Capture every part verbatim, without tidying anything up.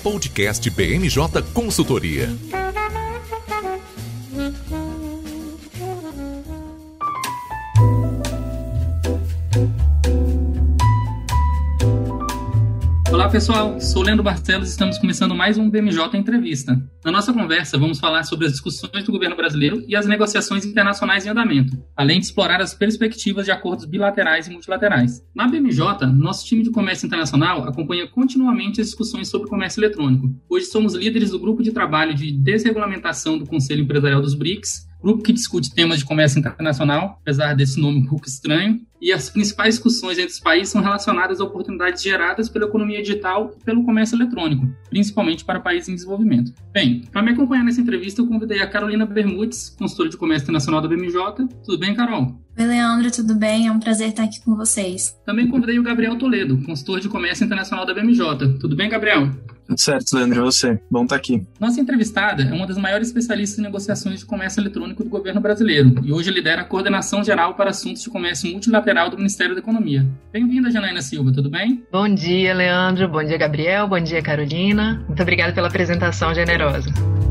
Podcast B M J Consultoria. Olá pessoal, sou Leandro Barcelos e estamos começando mais um B M J Entrevista. Na nossa conversa vamos falar sobre as discussões do governo brasileiro e as negociações internacionais em andamento, além de explorar as perspectivas de acordos bilaterais e multilaterais. Na B M J, nosso time de comércio internacional acompanha continuamente as discussões sobre comércio eletrônico. Hoje somos líderes do grupo de trabalho de desregulamentação do Conselho Empresarial dos B R I C S, grupo que discute temas de comércio internacional, apesar desse nome um pouco estranho, e as principais discussões entre os países são relacionadas a oportunidades geradas pela economia digital e pelo comércio eletrônico, principalmente para países em desenvolvimento. Bem, para me acompanhar nessa entrevista, eu convidei a Carolina Bermudes, consultora de comércio internacional da B M J. Tudo bem, Carol? Oi, Leandro, tudo bem? É um prazer estar aqui com vocês. Também convidei o Gabriel Toledo, consultor de comércio internacional da B M J. Tudo bem, Gabriel? Tudo certo, Leandro, e você? Bom estar aqui. Nossa entrevistada é uma das maiores especialistas em negociações de comércio eletrônico do governo brasileiro e hoje lidera a Coordenação Geral para Assuntos de Comércio Multilateral do Ministério da Economia. Bem-vinda, Janaína Silva, tudo bem? Bom dia, Leandro. Bom dia, Gabriel. Bom dia, Carolina. Muito obrigada pela apresentação generosa.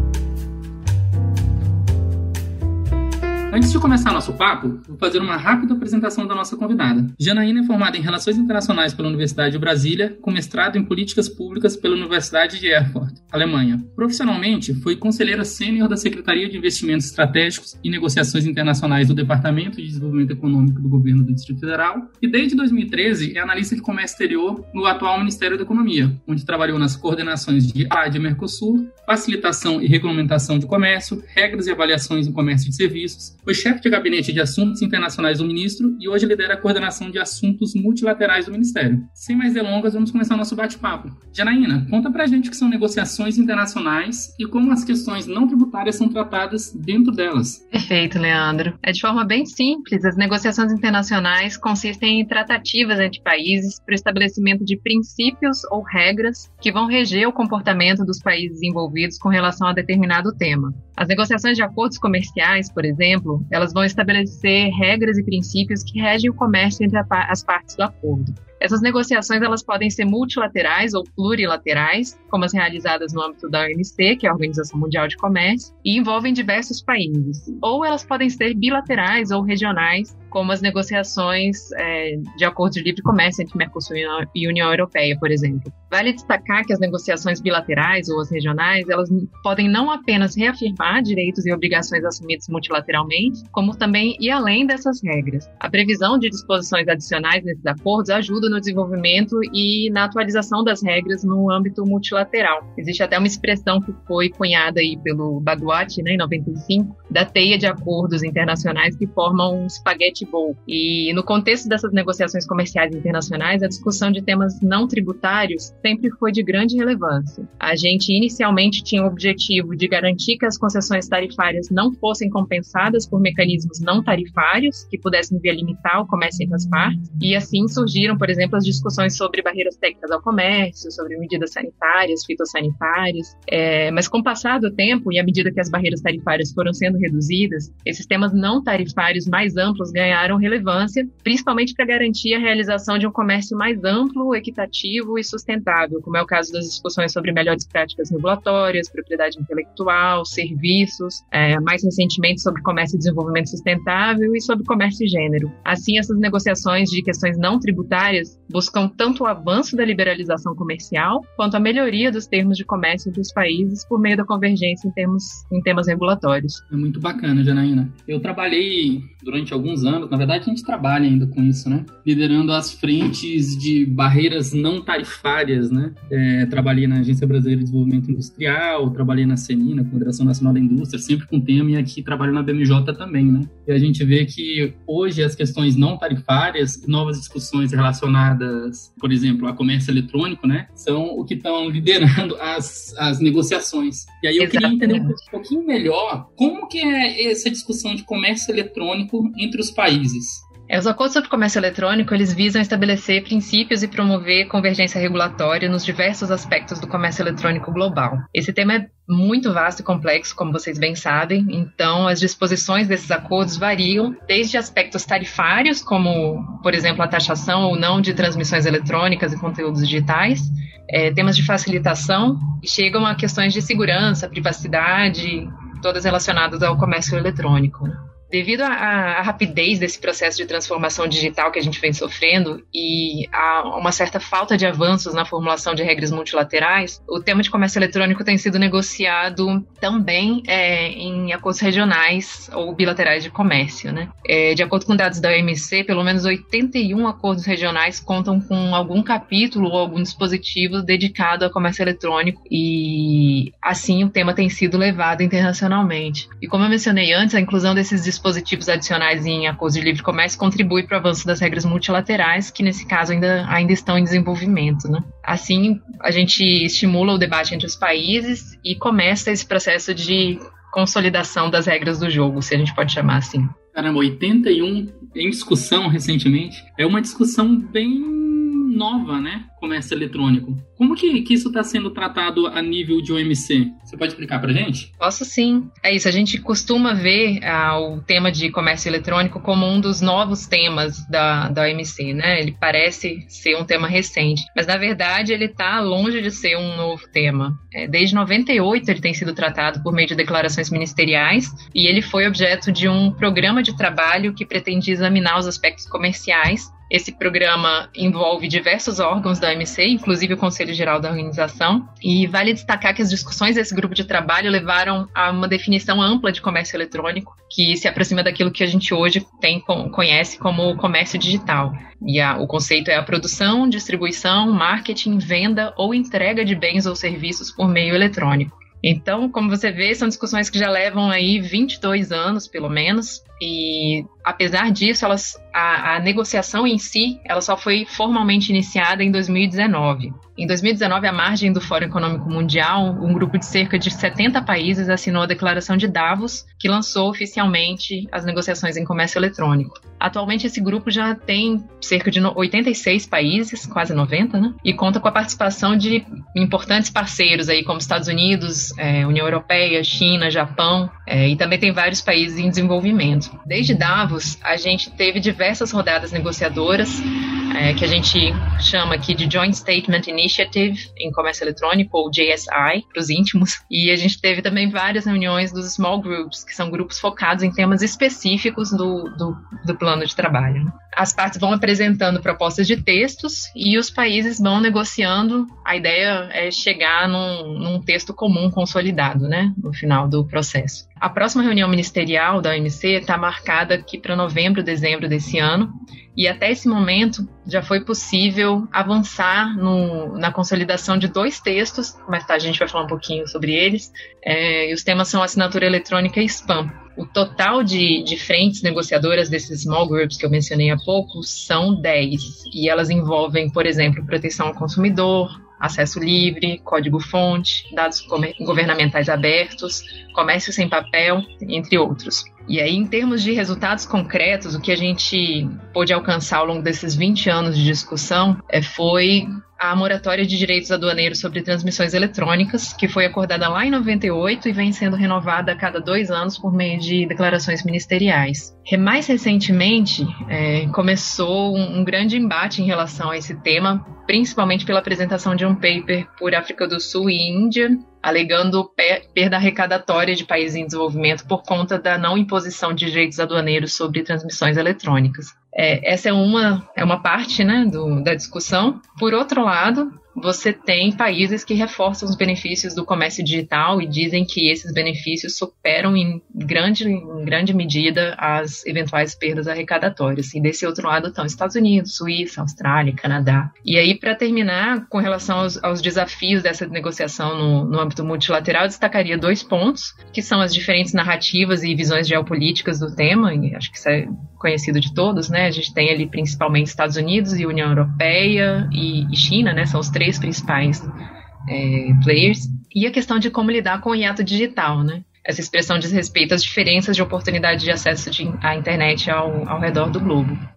Antes de começar nosso papo, vou fazer uma rápida apresentação da nossa convidada. Janaína é formada em Relações Internacionais pela Universidade de Brasília, com mestrado em Políticas Públicas pela Universidade de Erfurt, Alemanha. Profissionalmente, foi conselheira sênior da Secretaria de Investimentos Estratégicos e Negociações Internacionais do Departamento de Desenvolvimento Econômico do Governo do Distrito Federal e, desde dois mil e treze, é analista de comércio exterior no atual Ministério da Economia, onde trabalhou nas coordenações de A D e Mercosul, facilitação e regulamentação de comércio, regras e avaliações em comércio de serviços. Foi chefe de gabinete de assuntos internacionais do ministro e hoje lidera a coordenação de assuntos multilaterais do Ministério. Sem mais delongas, vamos começar nosso bate-papo. Janaína, conta pra gente o que são negociações internacionais e como as questões não tributárias são tratadas dentro delas. Perfeito, Leandro. É de forma bem simples, as negociações internacionais consistem em tratativas entre países para o estabelecimento de princípios ou regras que vão reger o comportamento dos países envolvidos com relação a determinado tema. As negociações de acordos comerciais, por exemplo, elas vão estabelecer regras e princípios que regem o comércio entre as partes do acordo. Essas negociações elas podem ser multilaterais ou plurilaterais, como as realizadas no âmbito da O M C, que é a Organização Mundial de Comércio, e envolvem diversos países. Ou elas podem ser bilaterais ou regionais, como as negociações é, de acordo de livre comércio entre Mercosul e União Europeia, por exemplo. Vale destacar que as negociações bilaterais ou as regionais, elas podem não apenas reafirmar direitos e obrigações assumidos multilateralmente, como também ir além dessas regras. A previsão de disposições adicionais nesses acordos ajuda no desenvolvimento e na atualização das regras no âmbito multilateral. Existe até uma expressão que foi cunhada aí pelo Baguatti, né, em noventa e cinco, da teia de acordos internacionais que formam um espaguete bowl. E no contexto dessas negociações comerciais internacionais, a discussão de temas não tributários sempre foi de grande relevância. A gente inicialmente tinha o objetivo de garantir que as concessões tarifárias não fossem compensadas por mecanismos não tarifários que pudessem limitar o comércio entre as partes, e assim surgiram, por exemplo, as discussões sobre barreiras técnicas ao comércio, sobre medidas sanitárias, fitossanitárias, é, mas com o passar do tempo e à medida que as barreiras tarifárias foram sendo reduzidas, esses temas não tarifários mais amplos ganharam relevância, principalmente para garantir a realização de um comércio mais amplo, equitativo e sustentável, como é o caso das discussões sobre melhores práticas regulatórias, propriedade intelectual, serviços, é, mais recentemente sobre comércio e desenvolvimento sustentável e sobre comércio e gênero. Assim, essas negociações de questões não tributárias buscam tanto o avanço da liberalização comercial quanto a melhoria dos termos de comércio entre os países por meio da convergência em, termos, em temas regulatórios. É muito bacana, Janaína. Eu trabalhei durante alguns anos, na verdade a gente trabalha ainda com isso, né? Liderando as frentes de barreiras não tarifárias, né? É, trabalhei na Agência Brasileira de Desenvolvimento Industrial, trabalhei na CENI, na Confederação Nacional da Indústria, sempre com tema, e aqui trabalho na B M J também, né? E a gente vê que hoje as questões não tarifárias, novas discussões relacionadas, por exemplo, a comércio eletrônico, né? São o que estão liderando as, as negociações. E aí eu Exatamente. queria entender um pouquinho melhor como que é essa discussão de comércio eletrônico entre os países. É, os acordos sobre comércio eletrônico, eles visam estabelecer princípios e promover convergência regulatória nos diversos aspectos do comércio eletrônico global. Esse tema é muito vasto e complexo, como vocês bem sabem, então as disposições desses acordos variam desde aspectos tarifários, como, por exemplo, a taxação ou não de transmissões eletrônicas e conteúdos digitais, é, temas de facilitação, e chegam a questões de segurança, privacidade, todas relacionadas ao comércio eletrônico. Devido à rapidez desse processo de transformação digital que a gente vem sofrendo e a uma certa falta de avanços na formulação de regras multilaterais, o tema de comércio eletrônico tem sido negociado também é, em acordos regionais ou bilaterais de comércio, né? É, de acordo com dados da O M C, pelo menos oitenta e um acordos regionais contam com algum capítulo ou algum dispositivo dedicado ao comércio eletrônico e, assim, o tema tem sido levado internacionalmente. E como eu mencionei antes, a inclusão desses dispositivos dispositivos adicionais em acordos de livre comércio contribui para o avanço das regras multilaterais, que nesse caso ainda, ainda estão em desenvolvimento, né? Assim, a gente estimula o debate entre os países e começa esse processo de consolidação das regras do jogo, se a gente pode chamar assim. Caramba, oitenta e um em discussão recentemente. É uma discussão bem nova, né? Comércio eletrônico. Como que, que isso está sendo tratado a nível de O M C? Você pode explicar pra gente? Posso sim. É isso, a gente costuma ver ah, o tema de comércio eletrônico como um dos novos temas da, da O M C, né? Ele parece ser um tema recente, mas na verdade ele está longe de ser um novo tema. É, desde noventa e oito ele tem sido tratado por meio de declarações ministeriais e ele foi objeto de um programa de trabalho que pretendia examinar os aspectos comerciais. Esse programa envolve diversos órgãos da O M C, inclusive o Conselho Geral da Organização, e vale destacar que as discussões desse grupo de trabalho levaram a uma definição ampla de comércio eletrônico, que se aproxima daquilo que a gente hoje tem, conhece como comércio digital. E a, o conceito é a produção, distribuição, marketing, venda ou entrega de bens ou serviços por meio eletrônico. Então, como você vê, são discussões que já levam aí vinte e dois anos, pelo menos, e apesar disso, elas, a, a negociação em si, ela só foi formalmente iniciada em dois mil e dezenove. Em dois mil e dezenove, à margem do Fórum Econômico Mundial, um grupo de cerca de setenta países assinou a Declaração de Davos, que lançou oficialmente as negociações em comércio eletrônico. Atualmente, esse grupo já tem cerca de oitenta e seis países, quase noventa, né? E conta com a participação de importantes parceiros, aí, como Estados Unidos, é, União Europeia, China, Japão, é, e também tem vários países em desenvolvimento. Desde Davos, a gente teve diversas rodadas negociadoras, é, que a gente chama aqui de Joint Statement Initiative em comércio eletrônico, ou J S I, para os íntimos. E a gente teve também várias reuniões dos small groups, que são grupos focados em temas específicos do, do, do plano de trabalho. As partes vão apresentando propostas de textos e os países vão negociando. A ideia é chegar num, num texto comum consolidado, né, no final do processo. A próxima reunião ministerial da O M C está marcada aqui para novembro, dezembro desse ano, e até esse momento já foi possível avançar no, na consolidação de dois textos. Mais tarde a gente vai falar um pouquinho sobre eles, é, e os temas são assinatura eletrônica e spam. O total de, de frentes negociadoras desses small groups que eu mencionei há pouco são dez, e elas envolvem, por exemplo, proteção ao consumidor, acesso livre, código-fonte, dados governamentais abertos, comércio sem papel, entre outros. E aí, em termos de resultados concretos, o que a gente pôde alcançar ao longo desses vinte anos de discussão é, foi a moratória de direitos aduaneiros sobre transmissões eletrônicas, que foi acordada lá em noventa e oito e vem sendo renovada a cada dois anos por meio de declarações ministeriais. Mais recentemente, é, começou um, um grande embate em relação a esse tema, principalmente pela apresentação de um paper por África do Sul e Índia, alegando perda arrecadatória de países em desenvolvimento por conta da não imposição de direitos aduaneiros sobre transmissões eletrônicas. É, essa é uma, é uma parte, né, do, da discussão. Por outro lado, você tem países que reforçam os benefícios do comércio digital e dizem que esses benefícios superam em grande, em grande medida as eventuais perdas arrecadatórias. E desse outro lado estão Estados Unidos, Suíça, Austrália, Canadá. E aí, para terminar, com relação aos, aos desafios dessa negociação no, no âmbito multilateral, eu destacaria dois pontos, que são as diferentes narrativas e visões geopolíticas do tema, e acho que isso é conhecido de todos, né? A gente tem ali principalmente Estados Unidos e União Europeia e, e China, né? São os três principais é, players. E a questão de como lidar com o hiato digital, né? Essa expressão diz respeito às diferenças de oportunidade de acesso de, à internet ao, ao redor do globo.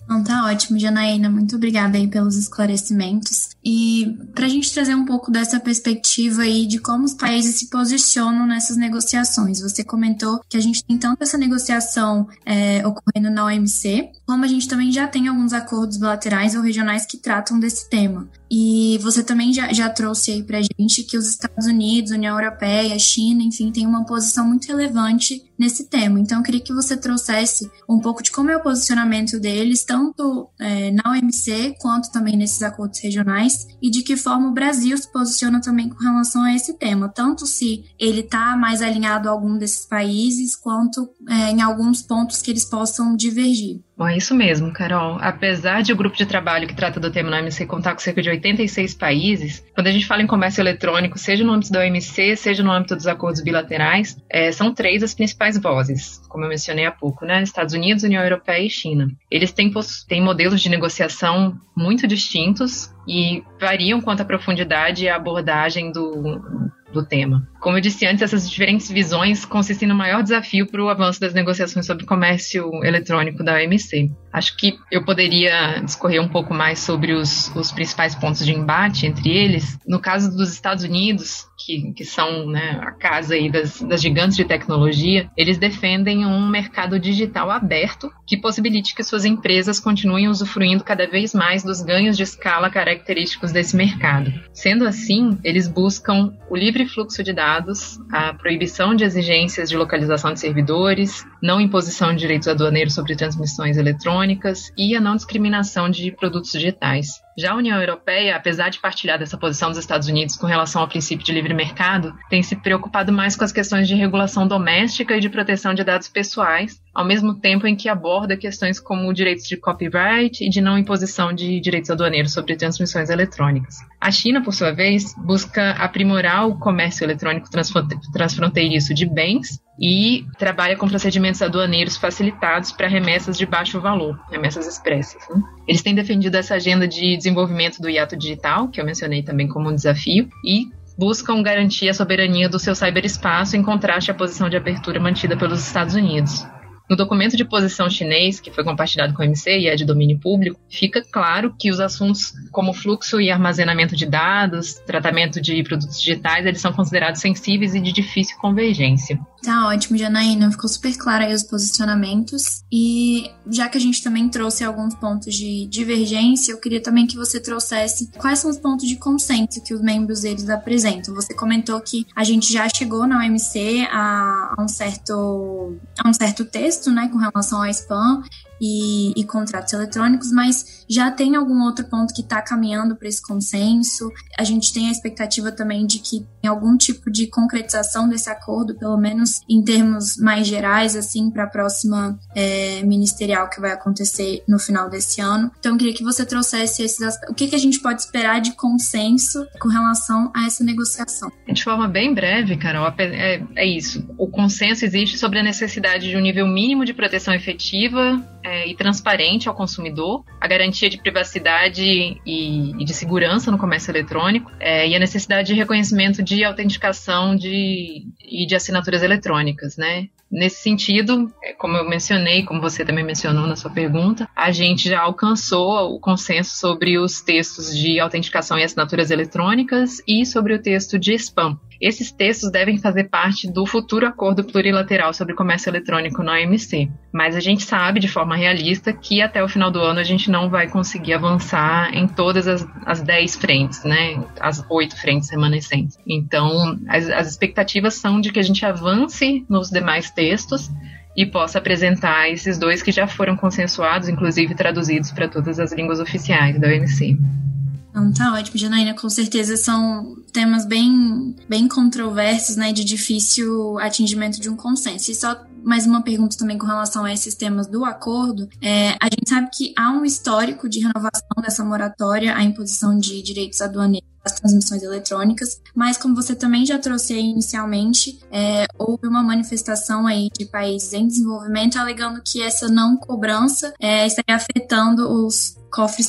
Então tá ótimo, Janaína, muito obrigada aí pelos esclarecimentos. E para a gente trazer um pouco dessa perspectiva aí de como os países se posicionam nessas negociações. Você comentou que a gente tem tanto essa negociação é, ocorrendo na O M C, como a gente também já tem alguns acordos bilaterais ou regionais que tratam desse tema. E você também já, já trouxe aí pra gente que os Estados Unidos, União Europeia, China, enfim, tem uma posição muito relevante nesse tema. Então, eu queria que você trouxesse um pouco de como é o posicionamento deles, tanto é, na O M C, quanto também nesses acordos regionais, e de que forma o Brasil se posiciona também com relação a esse tema, tanto se ele está mais alinhado a algum desses países, quanto é, em alguns pontos que eles possam divergir. Bom, é isso mesmo, Carol. Apesar de o grupo de trabalho que trata do tema na O M C contar com cerca de oitenta e seis países, quando a gente fala em comércio eletrônico, seja no âmbito da O M C, seja no âmbito dos acordos bilaterais, é, são três as principais vozes, como eu mencionei há pouco, né? Estados Unidos, União Europeia e China. Eles têm, têm modelos de negociação muito distintos e variam quanto à profundidade e à abordagem do, do tema. Como eu disse antes, essas diferentes visões consistem no maior desafio para o avanço das negociações sobre comércio eletrônico da O M C. Acho que eu poderia discorrer um pouco mais sobre os, os principais pontos de embate entre eles. No caso dos Estados Unidos, que, que são, né, a casa aí das, das gigantes de tecnologia, eles defendem um mercado digital aberto que possibilite que suas empresas continuem usufruindo cada vez mais dos ganhos de escala característicos desse mercado. Sendo assim, eles buscam o livre fluxo de dados, a proibição de exigências de localização de servidores, não imposição de direitos aduaneiros sobre transmissões eletrônicas e a não discriminação de produtos digitais. Já a União Europeia, apesar de partilhar dessa posição dos Estados Unidos com relação ao princípio de livre mercado, tem se preocupado mais com as questões de regulação doméstica e de proteção de dados pessoais, ao mesmo tempo em que aborda questões como direitos de copyright e de não imposição de direitos aduaneiros sobre transmissões eletrônicas. A China, por sua vez, busca aprimorar o comércio eletrônico transfronteiriço de bens e trabalha com procedimentos aduaneiros facilitados para remessas de baixo valor, remessas expressas, né? Eles têm defendido essa agenda de desenvolvimento do hiato digital, que eu mencionei também como um desafio, e buscam garantir a soberania do seu ciberespaço em contraste à posição de abertura mantida pelos Estados Unidos. No documento de posição chinês, que foi compartilhado com o O M C e é de domínio público, fica claro que os assuntos como fluxo e armazenamento de dados, tratamento de produtos digitais, eles são considerados sensíveis e de difícil convergência. Tá ótimo, Janaína. Ficou super claro aí os posicionamentos. E já que a gente também trouxe alguns pontos de divergência, eu queria também que você trouxesse quais são os pontos de consenso que os membros deles apresentam. Você comentou que a gente já chegou na O M C a, a, um, certo, a um certo texto, né, com relação ao spam e, e contratos eletrônicos, mas já tem algum outro ponto que está caminhando para esse consenso? A gente tem a expectativa também de que tem algum tipo de concretização desse acordo, pelo menos em termos mais gerais, assim, para a próxima é, ministerial que vai acontecer no final desse ano. Então, eu queria que você trouxesse esses aspectos. O que, que a gente pode esperar de consenso com relação a essa negociação? De forma bem breve, Carol, é, é isso. O consenso existe sobre a necessidade de um nível mínimo de proteção efetiva é, e transparente ao consumidor, a garantia de privacidade e, e de segurança no comércio eletrônico é, e a necessidade de reconhecimento de autenticação de, e de assinaturas eletrônicas, né? Nesse sentido, como eu mencionei, como você também mencionou na sua pergunta, a gente já alcançou o consenso sobre os textos de autenticação e assinaturas eletrônicas e sobre o texto de spam. Esses textos devem fazer parte do futuro acordo plurilateral sobre comércio eletrônico na O M C, mas a gente sabe de forma realista que até o final do ano a gente não vai conseguir avançar em todas as, as dez frentes, né? As oito frentes remanescentes. Então, as, as expectativas são de que a gente avance nos demais textos e possa apresentar esses dois que já foram consensuados, inclusive traduzidos para todas as línguas oficiais da O M C. Então, tá ótimo, Janaína. Com certeza são temas bem, bem controversos, né, de difícil atingimento de um consenso. E só mais uma pergunta também com relação a esses temas do acordo. É, a gente sabe que há um histórico de renovação dessa moratória à imposição de direitos aduaneiros às transmissões eletrônicas, mas como você também já trouxe aí inicialmente, é, houve uma manifestação aí de países em desenvolvimento alegando que essa não cobrança é, estaria afetando os cofres públicos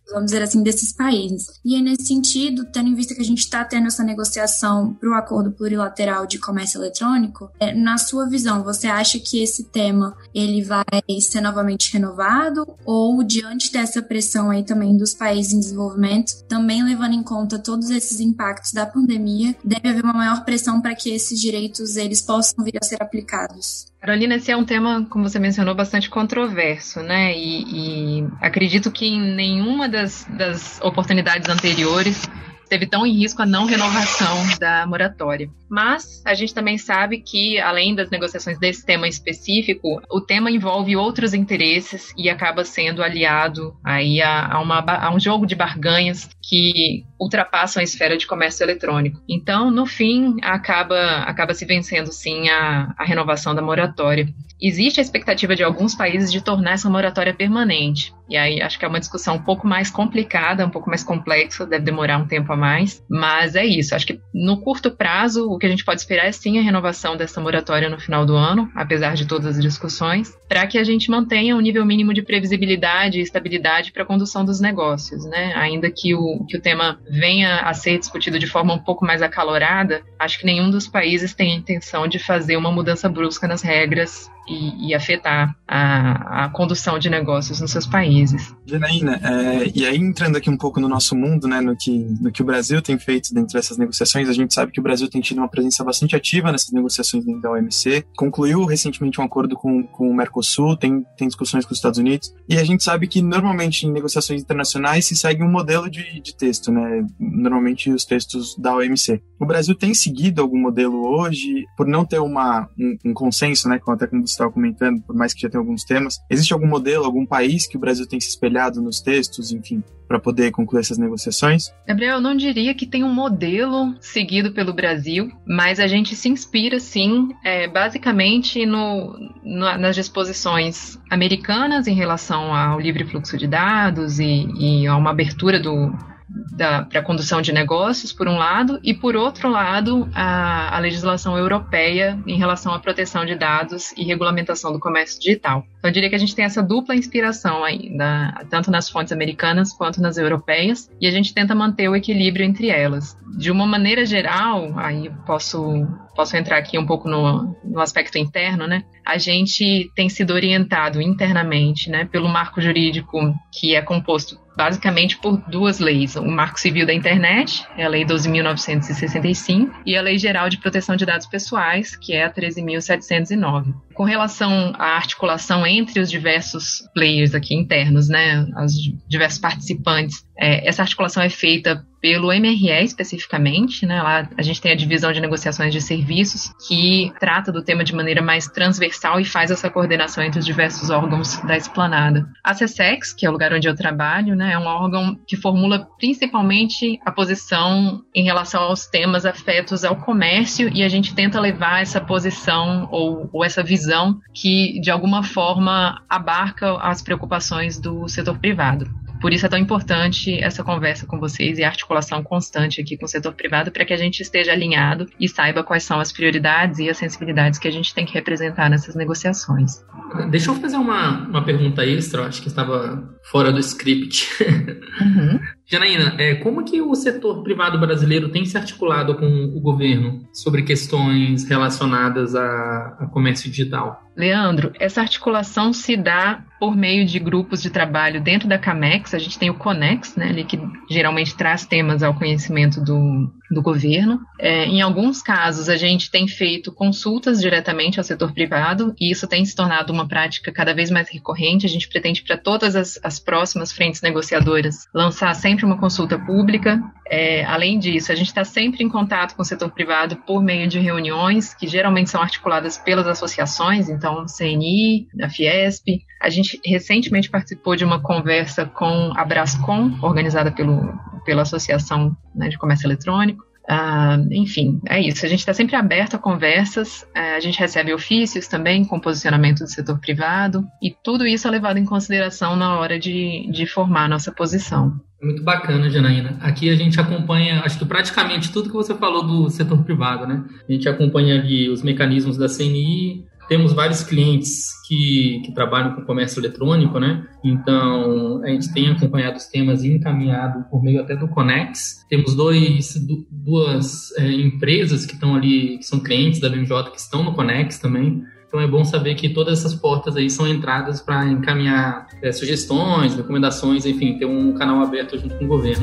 vamos dizer assim, desses países. E aí, nesse sentido, tendo em vista que a gente está tendo essa negociação para o acordo plurilateral de comércio eletrônico, é, na sua visão, você acha que esse tema ele vai ser novamente renovado? Ou, diante dessa pressão aí também dos países em desenvolvimento, também levando em conta todos esses impactos da pandemia, deve haver uma maior pressão para que esses direitos eles possam vir a ser aplicados? Carolina, esse é um tema, como você mencionou, bastante controverso, né? E, e acredito que em nenhuma das, das oportunidades anteriores esteve tão em risco a não renovação da moratória. Mas a gente também sabe que, além das negociações desse tema específico, o tema envolve outros interesses e acaba sendo aliado aí a, a, uma, a um jogo de barganhas que ultrapassam a esfera de comércio eletrônico. Então, no fim, acaba, acaba se vencendo, sim, a, a renovação da moratória. Existe a expectativa de alguns países de tornar essa moratória permanente. E aí acho que é uma discussão um pouco mais complicada, um pouco mais complexa, deve demorar um tempo a mais. Mas é isso, acho que no curto prazo o que a gente pode esperar é sim a renovação dessa moratória no final do ano, apesar de todas as discussões, para que a gente mantenha um nível mínimo de previsibilidade e estabilidade para a condução dos negócios, né? Ainda que o, que o tema venha a ser discutido de forma um pouco mais acalorada, acho que nenhum dos países tem a intenção de fazer uma mudança brusca nas regras E, e afetar a, a condução de negócios nos seus países. Janaína, é, e aí entrando aqui um pouco no nosso mundo, né, no que, no que o Brasil tem feito dentro dessas negociações, a gente sabe que o Brasil tem tido uma presença bastante ativa nessas negociações dentro da O M C, concluiu recentemente um acordo com, com o Mercosul, tem, tem discussões com os Estados Unidos, e a gente sabe que normalmente em negociações internacionais se segue um modelo de, de texto, né, normalmente os textos da O M C. O Brasil tem seguido algum modelo hoje, por não ter uma, um, um consenso, né, até como você estava comentando, por mais que já tenha alguns temas, existe algum modelo, algum país que o Brasil tem se espelhado nos textos, enfim, para poder concluir essas negociações? Gabriel, eu não diria que tem um modelo seguido pelo Brasil, mas a gente se inspira, sim, é, basicamente no, no, nas disposições americanas em relação ao livre fluxo de dados e, e a uma abertura do para a condução de negócios, por um lado, e, por outro lado, a, a legislação europeia em relação à proteção de dados e regulamentação do comércio digital. Então, eu diria que a gente tem essa dupla inspiração aí, na, tanto nas fontes americanas quanto nas europeias, e a gente tenta manter o equilíbrio entre elas. De uma maneira geral, aí posso, posso entrar aqui um pouco no, no aspecto interno, né? A gente tem sido orientado internamente, né, pelo marco jurídico que é composto basicamente por duas leis, o Marco Civil da Internet, é a Lei doze mil novecentos e sessenta e cinco, e a Lei Geral de Proteção de Dados Pessoais, que é a treze mil setecentos e nove. Com relação à articulação entre os diversos players aqui internos, né, os diversos participantes, é, essa articulação é feita pelo M R E especificamente, né? Lá a gente tem a divisão de negociações de serviços que trata do tema de maneira mais transversal e faz essa coordenação entre os diversos órgãos da esplanada. A SESEX, que é o lugar onde eu trabalho, né, é um órgão que formula principalmente a posição em relação aos temas afetos ao comércio, e a gente tenta levar essa posição ou, ou essa visão que de alguma forma abarca as preocupações do setor privado. Por isso é tão importante essa conversa com vocês e a articulação constante aqui com o setor privado para que a gente esteja alinhado e saiba quais são as prioridades e as sensibilidades que a gente tem que representar nessas negociações. Deixa eu fazer uma, uma pergunta extra, acho que estava fora do script. Uhum. Janaína, é, como que o setor privado brasileiro tem se articulado com o governo sobre questões relacionadas a, a comércio digital? Leandro, essa articulação se dá por meio de grupos de trabalho dentro da CAMEX. A gente tem o CONEX, né, ali que geralmente traz temas ao conhecimento do, do governo. É, em alguns casos, a gente tem feito consultas diretamente ao setor privado, e isso tem se tornado uma prática cada vez mais recorrente. A gente pretende, para todas as, as próximas frentes negociadoras, lançar sempre uma consulta pública. É, além disso, a gente está sempre em contato com o setor privado por meio de reuniões, que geralmente são articuladas pelas associações, então C N I, a Fiesp. A gente recentemente participou de uma conversa com a Brascom, organizada pelo, pela Associação, né, de Comércio Eletrônico. Uh, enfim, é isso. A gente está sempre aberto a conversas, uh, a gente recebe ofícios também com posicionamento do setor privado, e tudo isso é levado em consideração na hora de, de formar a nossa posição. Muito bacana, Janaína. Aqui a gente acompanha, acho que praticamente tudo que você falou do setor privado, né? A gente acompanha ali os mecanismos da C N I, temos vários clientes que, que trabalham com comércio eletrônico, né? Então, a gente tem acompanhado os temas e encaminhado por meio até do Conex. Temos dois, duas é, empresas que estão ali, que são clientes da B M J, que estão no Conex também. Então, é bom saber que todas essas portas aí são entradas para encaminhar é, sugestões, recomendações, enfim, ter um canal aberto junto com o governo.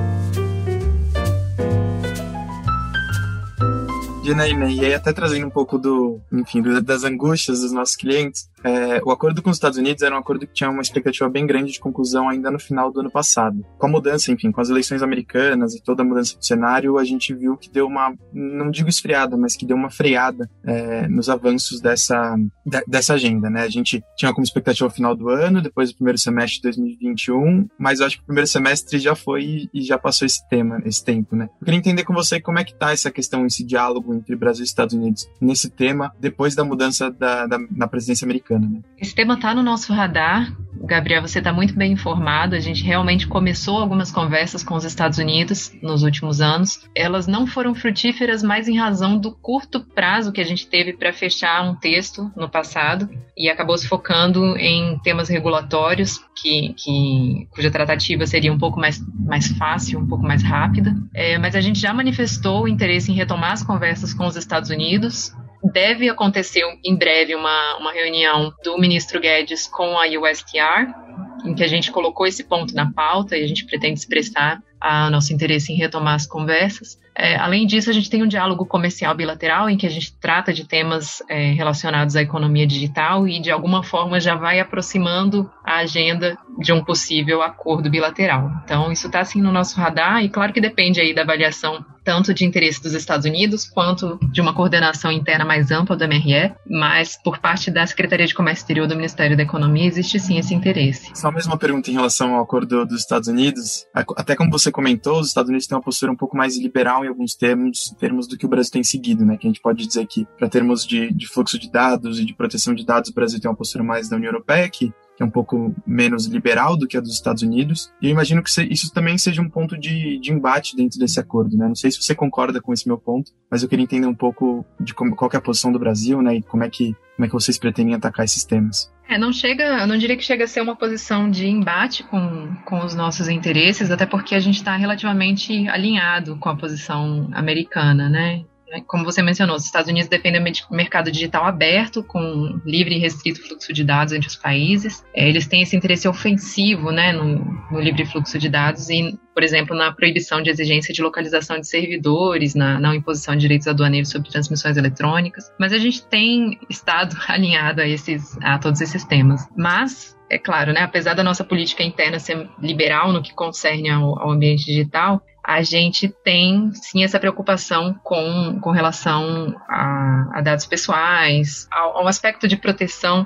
Janaína, e aí até trazendo um pouco do, enfim, das angústias dos nossos clientes, é, o acordo com os Estados Unidos era um acordo que tinha uma expectativa bem grande de conclusão ainda no final do ano passado. Com a mudança, enfim, com as eleições americanas e toda a mudança do cenário, a gente viu que deu uma, não digo esfriada, mas que deu uma freada é, nos avanços dessa, de, dessa agenda, né? A gente tinha como expectativa o final do ano, depois do primeiro semestre de dois mil e vinte e um, mas eu acho que o primeiro semestre já foi e já passou esse tema, esse tempo, né? Eu queria entender com você como é que tá essa questão, esse diálogo entre Brasil e Estados Unidos nesse tema, depois da mudança da, da, na presidência americana. Né? Esse tema está no nosso radar. Gabriel, você está muito bem informado. A gente realmente começou algumas conversas com os Estados Unidos nos últimos anos. Elas não foram frutíferas, mas em razão do curto prazo que a gente teve para fechar um texto no passado e acabou se focando em temas regulatórios, que, que, cuja tratativa seria um pouco mais, mais fácil, um pouco mais rápida. É, mas a gente já manifestou o interesse em retomar as conversas com os Estados Unidos. Deve acontecer em breve uma, uma reunião do ministro Guedes com a U S T R, em que a gente colocou esse ponto na pauta e a gente pretende expressar o nosso interesse em retomar as conversas. É, além disso, a gente tem um diálogo comercial bilateral em que a gente trata de temas é, relacionados à economia digital e, de alguma forma, já vai aproximando a agenda de um possível acordo bilateral. Então, isso está, sim, no nosso radar e, claro que depende aí da avaliação tanto de interesse dos Estados Unidos quanto de uma coordenação interna mais ampla do M R E, mas, por parte da Secretaria de Comércio Exterior do Ministério da Economia, existe, sim, esse interesse. Só mais uma pergunta em relação ao acordo dos Estados Unidos. Até como você comentou, os Estados Unidos têm uma postura um pouco mais liberal em alguns termos, termos do que o Brasil tem seguido, né? Que a gente pode dizer que, para termos de, de fluxo de dados e de proteção de dados, o Brasil tem uma postura mais da União Europeia, que, que é um pouco menos liberal do que a dos Estados Unidos. E eu imagino que isso também seja um ponto de, de embate dentro desse acordo, né? Não sei se você concorda com esse meu ponto, mas eu queria entender um pouco de como, qual que é a posição do Brasil, né? E como é que, como é que vocês pretendem atacar esses temas. É, não chega, eu não diria que chega a ser uma posição de embate com, com os nossos interesses, até porque a gente está relativamente alinhado com a posição americana, né? Como você mencionou, os Estados Unidos defendem o mercado digital aberto, com livre e restrito fluxo de dados entre os países. É, eles têm esse interesse ofensivo, né, no, no livre fluxo de dados e, por exemplo, na proibição de exigência de localização de servidores, na não imposição de direitos aduaneiros sobre transmissões eletrônicas. Mas a gente tem estado alinhado a, esses, a todos esses temas. Mas, é claro, né, apesar da nossa política interna ser liberal no que concerne ao, ao ambiente digital, a gente tem, sim, essa preocupação com, com relação a, a dados pessoais, ao, ao aspecto de proteção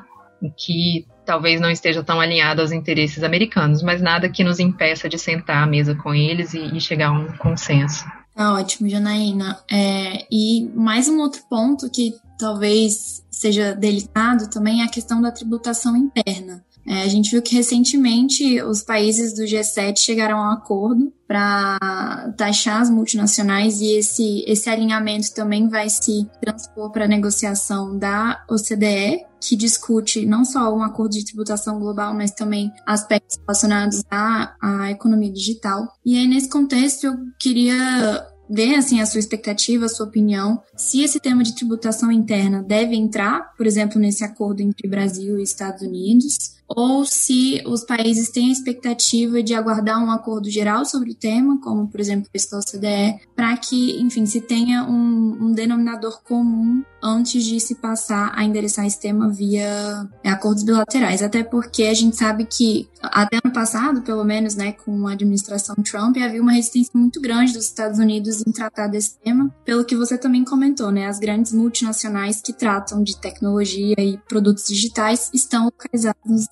que talvez não esteja tão alinhado aos interesses americanos, mas nada que nos impeça de sentar à mesa com eles e, e chegar a um consenso. Tá ótimo, Janaína. É, e mais um outro ponto que talvez seja delicado também é a questão da tributação interna. É, a gente viu que recentemente os países do G sete chegaram a um acordo para taxar as multinacionais e esse, esse alinhamento também vai se transpor para a negociação da O C D E, que discute não só um acordo de tributação global, mas também aspectos relacionados à, à economia digital. E aí, nesse contexto, eu queria ver assim, a sua expectativa, a sua opinião, se esse tema de tributação interna deve entrar, por exemplo, nesse acordo entre Brasil e Estados Unidos, ou se os países têm a expectativa de aguardar um acordo geral sobre o tema, como, por exemplo, esse da O C D E, para que, enfim, se tenha um, um denominador comum antes de se passar a endereçar esse tema via acordos bilaterais. Até porque a gente sabe que, até ano passado, pelo menos, né, com a administração Trump, havia uma resistência muito grande dos Estados Unidos em tratar desse tema, pelo que você também comentou, né, as grandes multinacionais que tratam de tecnologia e produtos digitais estão localizadas nos Estados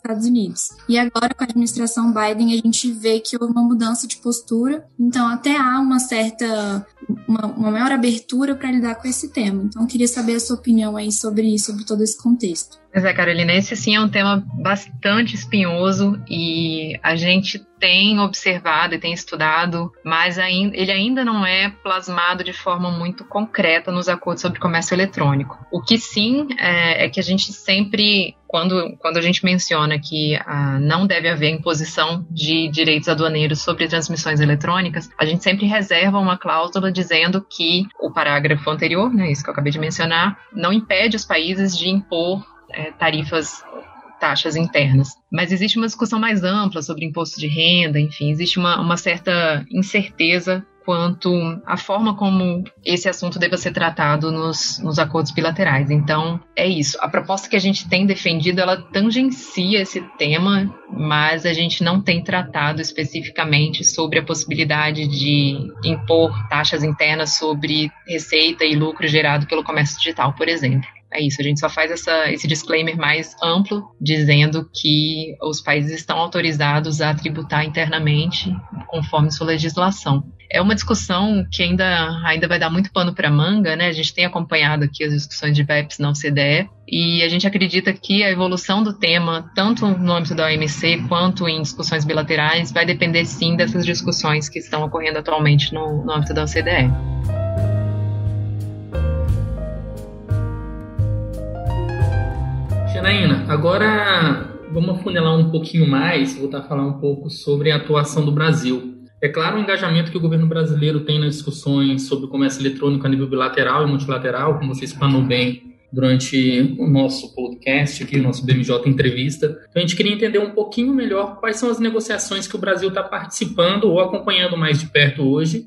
Estados Unidos. E agora, com a administração Biden, a gente vê que houve uma mudança de postura, então até há uma certa, uma, uma maior abertura para lidar com esse tema. Então, eu queria saber a sua opinião aí sobre, sobre todo esse contexto. Pois é, Carolina, esse sim é um tema bastante espinhoso e a gente tem observado e tem estudado, mas ainda, ele ainda não é plasmado de forma muito concreta nos acordos sobre comércio eletrônico. O que sim é, é que a gente sempre, quando, quando a gente menciona que ah, não deve haver imposição de direitos aduaneiros sobre transmissões eletrônicas, a gente sempre reserva uma cláusula dizendo que o parágrafo anterior, né, isso que eu acabei de mencionar, não impede os países de impor é, tarifas, taxas internas. Mas existe uma discussão mais ampla sobre imposto de renda, enfim, existe uma, uma certa incerteza quanto à forma como esse assunto deva ser tratado nos, nos acordos bilaterais. Então, é isso. A proposta que a gente tem defendido, ela tangencia esse tema, mas a gente não tem tratado especificamente sobre a possibilidade de impor taxas internas sobre receita e lucro gerado pelo comércio digital, por exemplo. É isso, a gente só faz essa, esse disclaimer mais amplo, dizendo que os países estão autorizados a tributar internamente conforme sua legislação. É uma discussão que ainda, ainda vai dar muito pano para manga, né? A gente tem acompanhado aqui as discussões de BEPS na O C D E e a gente acredita que a evolução do tema, tanto no âmbito da O M C quanto em discussões bilaterais, vai depender sim dessas discussões que estão ocorrendo atualmente no, no âmbito da O C D E. Janaína, agora vamos afunilar um pouquinho mais, voltar a falar um pouco sobre a atuação do Brasil. É claro o engajamento que o governo brasileiro tem nas discussões sobre o comércio eletrônico a nível bilateral e multilateral, como você explanou bem durante o nosso podcast aqui, o nosso B M J Entrevista. Então a gente queria entender um pouquinho melhor quais são as negociações que o Brasil está participando ou acompanhando mais de perto hoje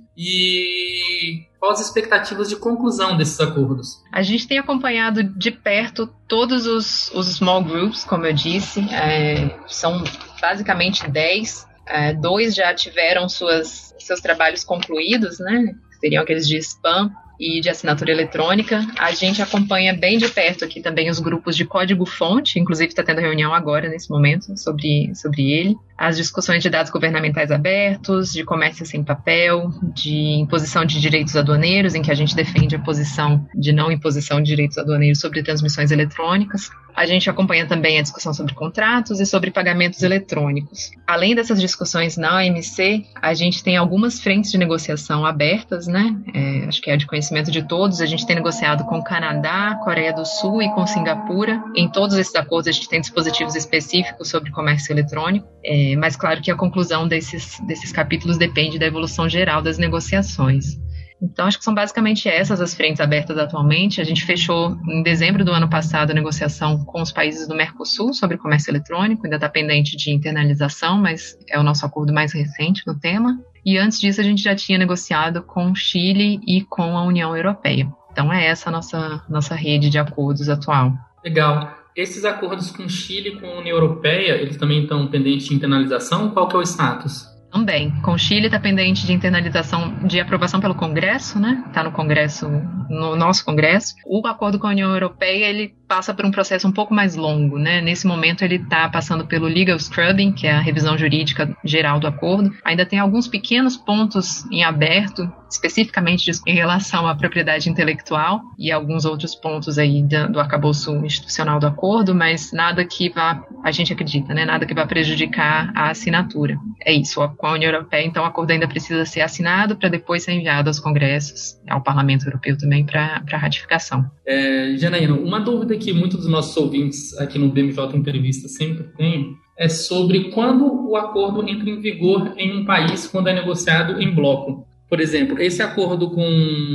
e quais as expectativas de conclusão desses acordos. A gente tem acompanhado de perto todos os, os small groups, como eu disse, é, são basicamente dez, é, dois já tiveram suas, seus trabalhos concluídos, né? Seriam aqueles de spam e de assinatura eletrônica. A gente acompanha bem de perto aqui também os grupos de código-fonte, inclusive está tendo reunião agora, nesse momento, sobre, sobre ele. As discussões de dados governamentais abertos, de comércio sem papel, de imposição de direitos aduaneiros, em que a gente defende a posição de não imposição de direitos aduaneiros sobre transmissões eletrônicas. A gente acompanha também a discussão sobre contratos e sobre pagamentos eletrônicos. Além dessas discussões na O M C, a gente tem algumas frentes de negociação abertas, né? É, acho que é de conhecimento de todos. A gente tem negociado com o Canadá, Coreia do Sul e com Singapura. Em todos esses acordos, a gente tem dispositivos específicos sobre comércio eletrônico. É, mas claro que a conclusão desses, desses capítulos depende da evolução geral das negociações. Então, acho que são basicamente essas as frentes abertas atualmente. A gente fechou em dezembro do ano passado a negociação com os países do Mercosul sobre comércio eletrônico, ainda está pendente de internalização, mas é o nosso acordo mais recente no tema. E antes disso, a gente já tinha negociado com o Chile e com a União Europeia. Então, é essa a nossa, nossa rede de acordos atual. Legal. Esses acordos com o Chile e com a União Europeia, eles também estão pendentes de internalização? Qual que é o status? Também. Com o Chile está pendente de internalização, de aprovação pelo Congresso, né? Está no Congresso, no nosso Congresso. O acordo com a União Europeia, ele passa por um processo um pouco mais longo, né? Nesse momento ele está passando pelo legal scrubbing, que é a revisão jurídica geral do acordo. Ainda tem alguns pequenos pontos em aberto, especificamente em relação à propriedade intelectual e alguns outros pontos aí do arcabouço institucional do acordo, mas nada que vá, a gente acredita, né? Nada que vá prejudicar a assinatura. É isso, com a União Europeia, então o acordo ainda precisa ser assinado para depois ser enviado aos congressos, ao Parlamento Europeu também, para ratificação. É, Janaína, uma dúvida que muitos dos nossos ouvintes aqui no B M J Entrevista sempre têm é sobre quando o acordo entra em vigor em um país quando é negociado em bloco. Por exemplo, esse acordo com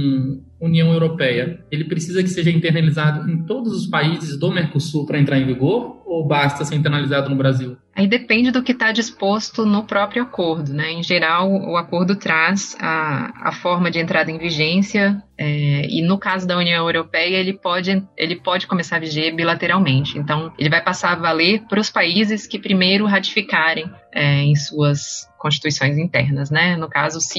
a União Europeia, ele precisa que seja internalizado em todos os países do Mercosul para entrar em vigor ou basta ser internalizado no Brasil? Aí depende do que está disposto no próprio acordo, né? Em geral, o acordo traz a, a forma de entrada em vigência é, e no caso da União Europeia, ele pode, ele pode começar a viger bilateralmente. Então, ele vai passar a valer para os países que primeiro ratificarem é, em suas constituições internas, né? No caso, se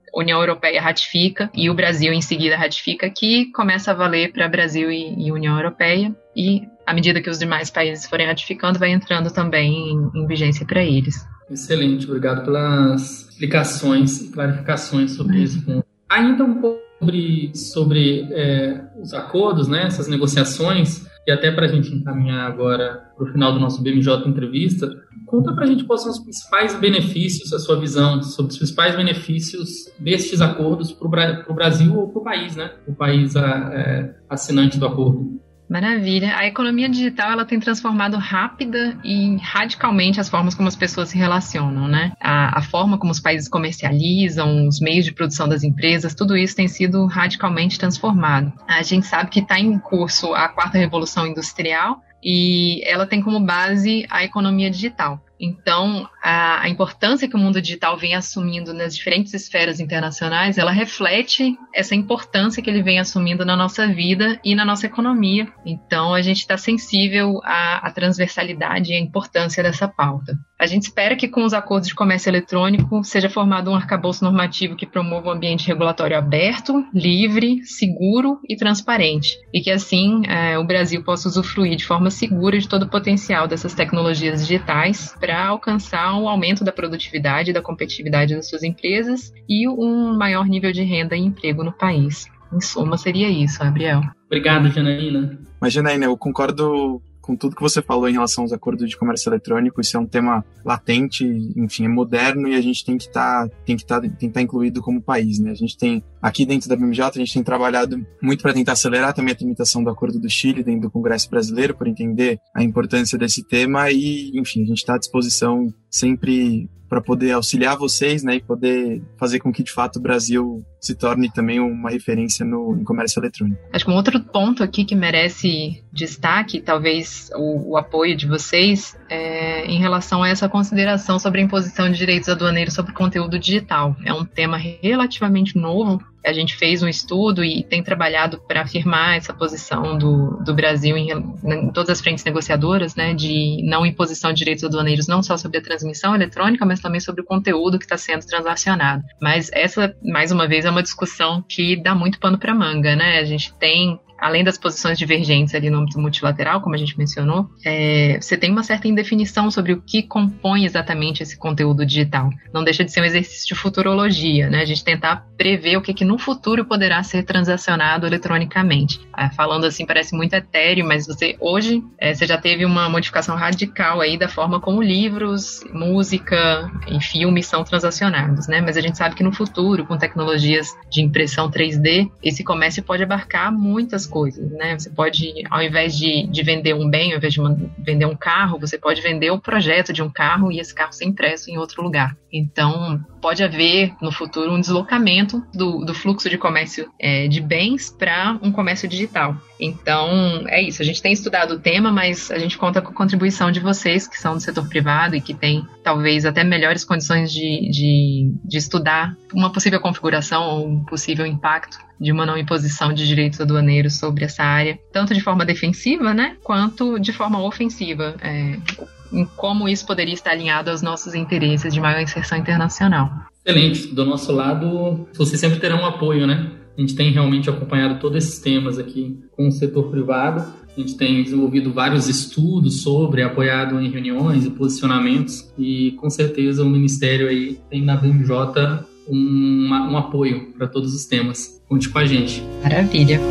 a União Europeia ratifica e o Brasil em seguida ratifica, que começa a valer para Brasil e, e União Europeia, e à medida que os demais países forem ratificando, vai entrando também em, em vigência para eles. Excelente, obrigado pelas explicações e clarificações sobre uhum. esse ponto. Ainda um pouco sobre, sobre é, os acordos, né, essas negociações, e até para a gente encaminhar agora para o final do nosso B M J Entrevista, conta para a gente quais são os principais benefícios, a sua visão sobre os principais benefícios destes acordos para o Brasil ou para o país, né, o país a, é, assinante do acordo. Maravilha. A economia digital ela tem transformado rápida e radicalmente as formas como as pessoas se relacionam, né? A, a forma como os países comercializam, os meios de produção das empresas, tudo isso tem sido radicalmente transformado. A gente sabe que está em curso a quarta revolução industrial e ela tem como base a economia digital. Então, a, a importância que o mundo digital vem assumindo nas diferentes esferas internacionais, ela reflete essa importância que ele vem assumindo na nossa vida e na nossa economia. Então, a gente está sensível à, à transversalidade e à importância dessa pauta. A gente espera que com os acordos de comércio eletrônico seja formado um arcabouço normativo que promova um ambiente regulatório aberto, livre, seguro e transparente. E que assim é, o Brasil possa usufruir de forma segura de todo o potencial dessas tecnologias digitais para alcançar um aumento da produtividade e da competitividade das suas empresas e um maior nível de renda e emprego no país. Em suma, seria isso, Gabriel. Obrigado, Janaína. Mas, Janaína, eu concordo com tudo que você falou em relação aos acordos de comércio eletrônico. Isso é um tema latente, enfim, é moderno e a gente tem que estar tá, tem que tá, tem que tá incluído como país, né? A gente tem, aqui dentro da B M J, a gente tem trabalhado muito para tentar acelerar também a tramitação do Acordo do Chile dentro do Congresso Brasileiro, por entender a importância desse tema e, enfim, a gente está à disposição sempre para poder auxiliar vocês, né, e poder fazer com que, de fato, o Brasil se torne também uma referência no em comércio eletrônico. Acho que um outro ponto aqui que merece destaque, talvez o, o apoio de vocês, é em relação a essa consideração sobre a imposição de direitos aduaneiros sobre conteúdo digital. É um tema relativamente novo. A gente fez um estudo e tem trabalhado para afirmar essa posição do, do Brasil em, em todas as frentes negociadoras, né, de não imposição de direitos aduaneiros, não só sobre a transmissão eletrônica, mas também sobre o conteúdo que está sendo transacionado. Mas essa, mais uma vez, é uma discussão que dá muito pano para manga, né? A gente tem, além das posições divergentes ali no âmbito multilateral, como a gente mencionou, é, você tem uma certa indefinição sobre o que compõe exatamente esse conteúdo digital. Não deixa de ser um exercício de futurologia, né? A gente tentar prever o que, que no futuro poderá ser transacionado eletronicamente. Ah, falando assim, parece muito etéreo, mas você hoje é, você já teve uma modificação radical aí da forma como livros, música e filmes são transacionados, né? Mas a gente sabe que no futuro, com tecnologias de impressão três D, esse comércio pode abarcar muitas coisas, né? Você pode, ao invés de, de vender um bem, ao invés de vender um carro, você pode vender o projeto de um carro e esse carro ser impresso em outro lugar. Então, pode haver no futuro um deslocamento do, do fluxo de comércio é, de bens para um comércio digital. Então, é isso. A gente tem estudado o tema, mas a gente conta com a contribuição de vocês, que são do setor privado e que têm, talvez, até melhores condições de, de, de estudar uma possível configuração ou um possível impacto de uma não imposição de direitos aduaneiros sobre essa área, tanto de forma defensiva, né, quanto de forma ofensiva, é, em como isso poderia estar alinhado aos nossos interesses de maior inserção internacional. Excelente. Do nosso lado, vocês sempre terão um apoio, né? A gente tem realmente acompanhado todos esses temas aqui com o setor privado. A gente tem desenvolvido vários estudos sobre, apoiado em reuniões e posicionamentos, e com certeza o Ministério aí tem na B M J um, um apoio para todos os temas. Conte com a gente. Maravilha.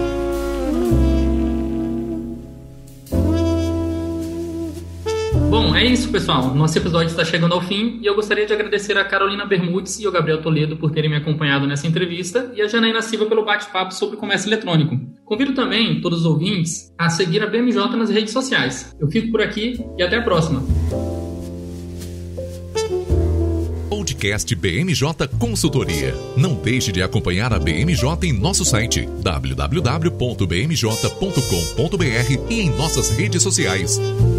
Bom, é isso, pessoal. Nosso episódio está chegando ao fim e eu gostaria de agradecer a Carolina Bermudes e ao Gabriel Toledo por terem me acompanhado nessa entrevista e a Janaína Silva pelo bate-papo sobre comércio eletrônico. Convido também todos os ouvintes a seguir a B M J nas redes sociais. Eu fico por aqui e até a próxima. Podcast B M J Consultoria. Não deixe de acompanhar a B M J em nosso site w w w ponto b m j ponto com ponto b r e em nossas redes sociais.